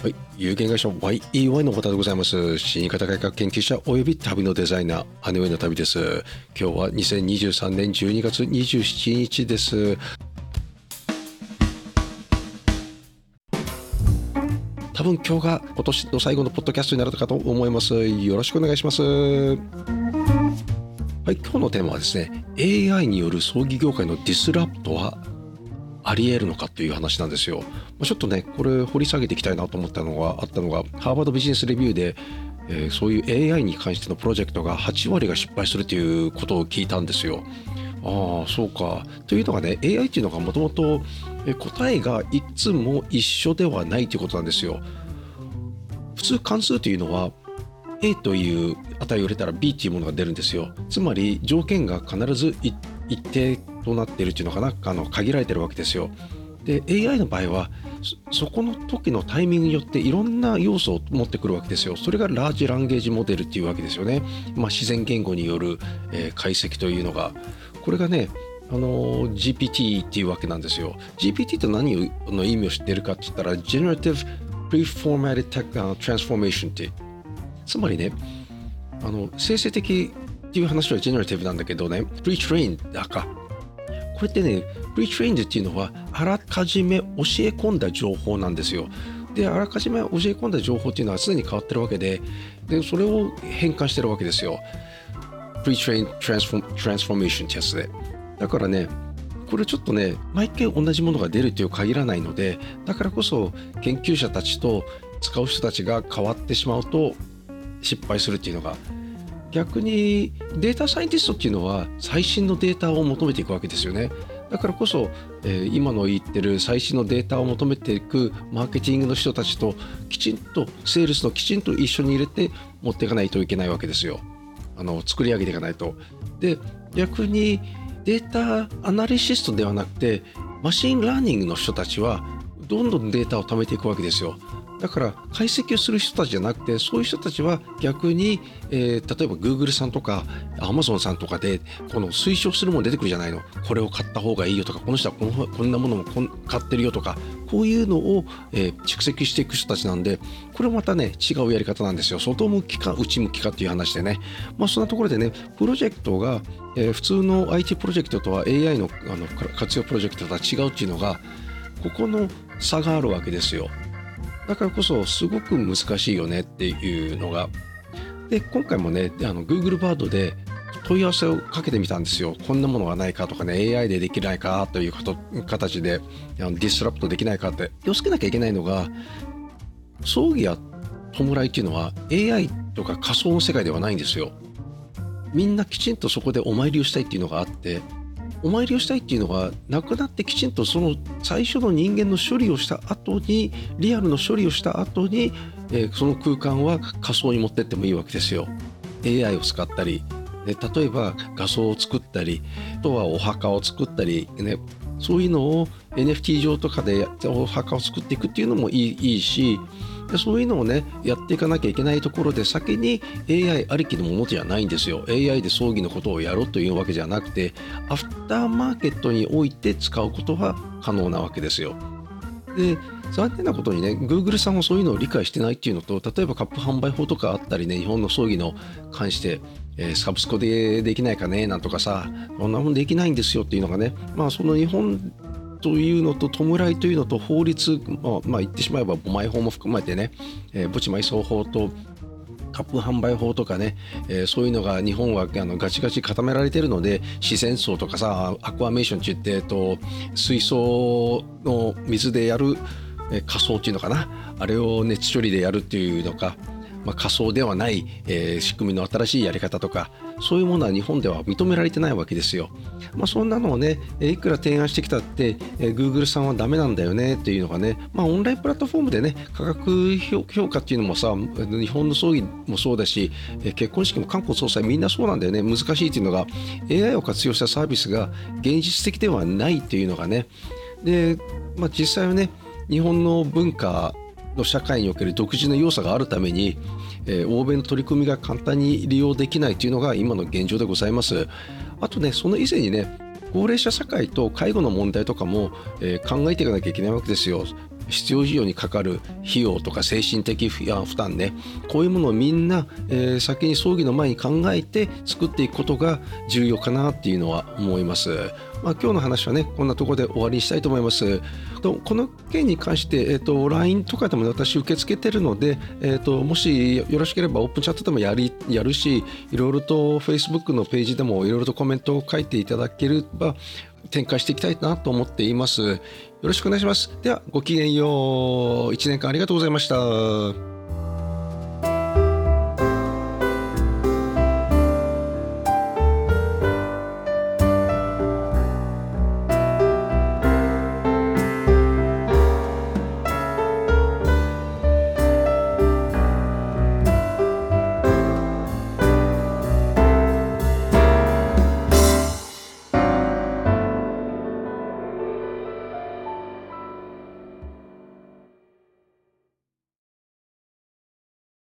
はい、有限会社 YEY の方でございます。死に方改革研究者および旅のデザイナー、姉上の旅です。今日は2023年12月27日です。多分今日が今年の最後のポッドキャストになるかと思います。よろしくお願いします。はい、今日のテーマはですね、AI による葬儀業界のディスラプトはあり得るのかという話なんですよ。ちょっとねこれ掘り下げていきたいなと思ったのがハーバードビジネスレビューで、そういう AI に関してのプロジェクトが8割が失敗するということを聞いたんですよ。ああそうか。というのがね、 AI っていうのがもともと答えがいつも一緒ではないということなんですよ。普通関数というのは A という値を入れたら B というものが出るんですよ。つまり条件が必ず一定となっているというのかな、限られているわけですよ。で AI の場合はそこの時のタイミングによっていろんな要素を持ってくるわけですよ。それがラージランゲージモデルっていうわけですよね。自然言語による、解析というのが、これがねGPT っていうわけなんですよ。GPT って何の意味を知っているかって言ったら Generative Preformatted Transformation って、つまりね生成的っていう話は Generative なんだけどね、 Pre-trained だか、これってね Pre-trained っていうのはあらかじめ教え込んだ情報なんですよ。であらかじめ教え込んだ情報っていうのは常に変わってるわけで、それを変換してるわけですよ。Pre-trained Transformation ってやつで。だからねこれちょっとね毎回同じものが出るという限らないので、だからこそ研究者たちと使う人たちが変わってしまうと失敗するっていうのが、逆にデータサイエンティストっていうのは最新のデータを求めていくわけですよね。だからこそ、今の言ってる最新のデータを求めていくマーケティングの人たちときちんとセールスのきちんと一緒に入れて持っていかないといけないわけですよ。作り上げていかないと。で逆にデータアナリシストではなくてマシンラーニングの人たちはどんどんデータを貯めていくわけですよ。だから解析をする人たちじゃなくて、そういう人たちは逆に、例えば Google さんとか Amazon さんとかでこの推奨するもの出てくるじゃないの。これを買った方がいいよとか、この人はこんなものも買ってるよとか、こういうのを、蓄積していく人たちなんで、これまたね違うやり方なんですよ。外向きか内向きかっていう話でね、そんなところでねプロジェクトが、普通の IT プロジェクトとは AI の、活用プロジェクトとは違うっていうのが、ここの差があるわけですよ。だからこそすごく難しいよねっていうのが。で今回もねGoogle バードで問い合わせをかけてみたんですよ。こんなものがないかとかね、 AI でできないかという形でディスラプトできないかって。気をつけなきゃいけないのが、葬儀や弔いっていうのは AI とか仮想の世界ではないんですよ。みんなきちんとそこでお参りをしたいっていうのがあって、お参りをしたいっていうのがなくなって、きちんとその最初の人間の処理をした後に、リアルの処理をした後に、その空間は仮想に持ってってもいいわけですよ。 AI を使ったりで、例えば画像を作ったり、あとはお墓を作ったりね、そういうのを NFT 上とかでお墓を作っていくっていうのもいいし、そういうのをねやっていかなきゃいけないところで、先に AI ありきのものじゃないんですよ。 AI で葬儀のことをやろうというわけじゃなくて、アフターマーケットにおいて使うことは可能なわけですよ。で残念なことにね Google さんもそういうのを理解してないっていうのと、例えばカップ販売法とかあったりね、日本の葬儀の関して、サブスクでできないかねなんとかさ、こんなもんできないんですよっていうのがね、その日本というのと弔いというのと法律、言ってしまえば母埋法も含めてね、墓地埋葬法とカップ販売法とかね、そういうのが日本はガチガチ固められているので、自然葬とかさ、アクアメーションって言って水槽の水でやる仮想っていうのかな、あれを熱処理でやるっていうのか、仮想ではない、仕組みの新しいやり方とか、そういうものは日本では認められてないわけですよ。そんなのをねいくら提案してきたって、Google さんはダメなんだよねっていうのがね、オンラインプラットフォームでね価格評価っていうのもさ、日本の葬儀もそうだし、結婚式も冠婚葬祭みんなそうなんだよね。難しいっていうのが AI を活用したサービスが現実的ではないっていうのがね。で、実際はね日本の文化の社会における独自の要素があるために、欧米の取り組みが簡単に利用できないというのが今の現状でございます。あとねその以前にね高齢者社会と介護の問題とかも、考えていかなきゃいけないわけですよ。 必要以上にかかる費用とか精神的負担ね、こういうものをみんな、先に葬儀の前に考えて作っていくことが重要かなっていうのは思います。今日の話はねこんなところで終わりにしたいと思います。この件に関して、LINE とかでも私受け付けてるので、もしよろしければオープンチャットでもやるし、いろいろと Facebook のページでもいろいろとコメントを書いていただければ展開していきたいなと思っています。よろしくお願いします。ではごきげんよう。1年間ありがとうございました。